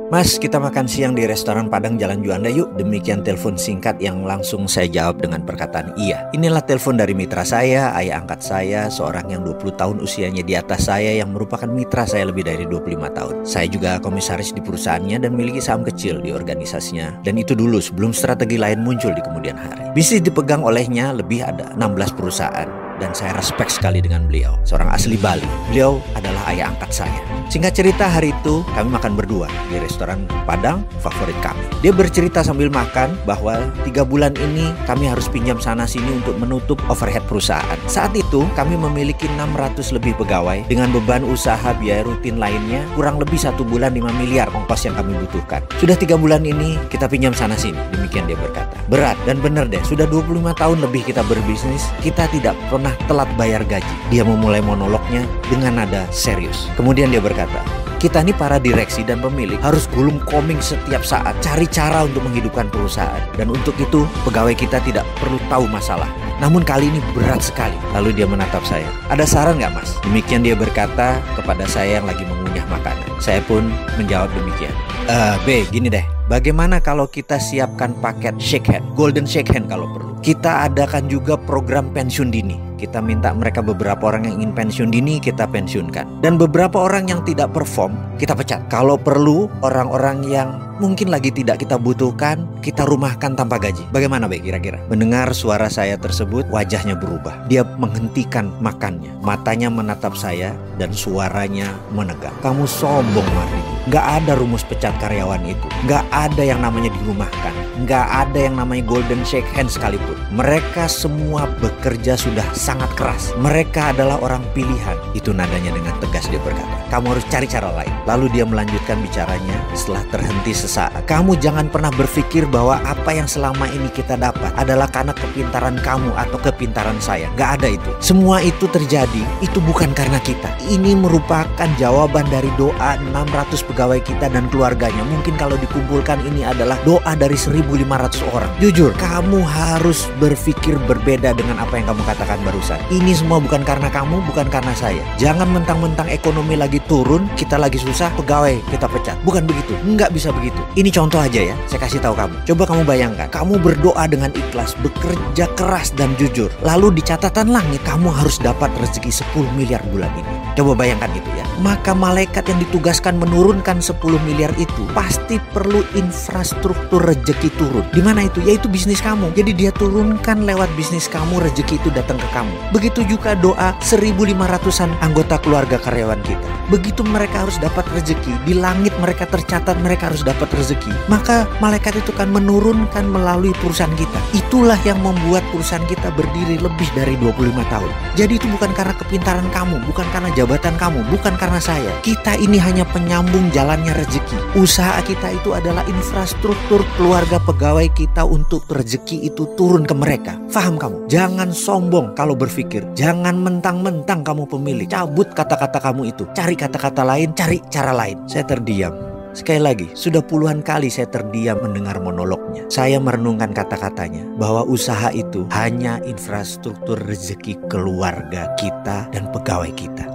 Mas, kita makan siang di restoran Padang Jalan Juanda yuk. Demikian telepon singkat yang langsung saya jawab dengan perkataan iya. Inilah telepon dari mitra saya, ayah angkat saya, seorang yang 20 tahun usianya di atas saya yang merupakan mitra saya lebih dari 25 tahun. Saya juga komisaris di perusahaannya dan memiliki saham kecil di organisasinya. Dan itu dulu sebelum strategi lain muncul di kemudian hari. Bisnis dipegang olehnya lebih ada 16 perusahaan. Dan saya respect sekali dengan beliau. Seorang asli Bali. Beliau adalah ayah angkat saya. Singkat cerita, hari itu kami makan berdua di restoran Padang favorit kami. Dia bercerita sambil makan bahwa 3 bulan ini kami harus pinjam sana sini untuk menutup overhead perusahaan. Saat itu kami memiliki 600 lebih pegawai dengan beban usaha biaya rutin lainnya kurang lebih 1 bulan 5 miliar ongkos yang kami butuhkan. Sudah 3 bulan ini kita pinjam sana sini. Demikian dia berkata. Berat dan benar deh. Sudah 25 tahun lebih kita berbisnis. Kita tidak pernah telat bayar gaji. Dia memulai monolognya dengan nada serius. Kemudian dia berkata, kita ini para direksi dan pemilik harus gulung koming setiap saat, cari cara untuk menghidupkan perusahaan. Dan untuk itu pegawai kita tidak perlu tahu masalah. Namun kali ini berat sekali. Lalu dia menatap saya. Ada saran gak mas? Demikian dia berkata kepada saya yang lagi mengunyah makanan. Saya pun menjawab demikian. B, gini deh. Bagaimana kalau kita siapkan paket shake hand, golden shake hand kalau perlu. Kita adakan juga program pensiun dini. Kita minta mereka beberapa orang yang ingin pensiun dini, kita pensiunkan. Dan beberapa orang yang tidak perform, kita pecat. Kalau perlu, orang-orang yang mungkin lagi tidak kita butuhkan, kita rumahkan tanpa gaji. Bagaimana baik kira-kira? Mendengar suara saya tersebut, wajahnya berubah. Dia menghentikan makannya. Matanya menatap saya dan suaranya menegang. Kamu sombong, Mardi. Gak ada rumus pecat karyawan itu. Gak ada yang namanya dirumahkan. Gak ada yang namanya golden shake hand sekalipun. Mereka semua bekerja sudah sangat keras. Mereka adalah orang pilihan. Itu nadanya dengan tegas dia berkata. Kamu harus cari cara lain. Lalu dia melanjutkan bicaranya setelah terhenti sesaat. Kamu jangan pernah berpikir bahwa apa yang selama ini kita dapat adalah karena kepintaran kamu atau kepintaran saya. Gak ada itu. Semua itu terjadi, itu bukan karena kita. Ini merupakan jawaban dari doa 600 pegawai kita dan keluarganya. Mungkin kalau dikumpulkan ini adalah doa dari 1.500 orang. Jujur, kamu harus berpikir berbeda dengan apa yang kamu katakan barusan. Ini semua bukan karena kamu, bukan karena saya. Jangan mentang-mentang ekonomi lagi turun, kita lagi susah, pegawai kita pecat. Bukan begitu, nggak bisa begitu. Ini contoh aja ya, saya kasih tahu kamu. Coba kamu bayangkan, kamu berdoa dengan ikhlas, bekerja keras dan jujur. Lalu di catatan langit, kamu harus dapat rezeki 10 miliar bulan ini. Coba bayangkan itu ya. Maka malaikat yang ditugaskan menurunkan 10 miliar itu pasti perlu infrastruktur rezeki turun. Di mana itu? Yaitu bisnis kamu. Jadi dia turunkan lewat bisnis kamu, rezeki itu datang ke kamu. Begitu juga doa 1.500-an anggota keluarga karyawan kita. Begitu mereka harus dapat rezeki, di langit mereka tercatat mereka harus dapat rezeki. Maka malaikat itu kan menurunkan melalui perusahaan kita. Itulah yang membuat perusahaan kita berdiri lebih dari 25 tahun. Jadi itu bukan karena kepintaran kamu, bukan karena jabatan kamu, bukan karena saya. Kita ini hanya penyambung jalannya rezeki. Usaha kita itu adalah infrastruktur keluarga pegawai kita untuk rezeki itu turun ke mereka. Faham kamu? Jangan sombong kalau berpikir. Jangan mentang-mentang kamu pemilik. Cabut kata-kata kamu itu. Cari kata-kata lain, cari cara lain. Saya terdiam. Sekali lagi, sudah puluhan kali saya terdiam mendengar monolognya. Saya merenungkan kata-katanya bahwa usaha itu hanya infrastruktur rezeki keluarga kita dan pegawai kita.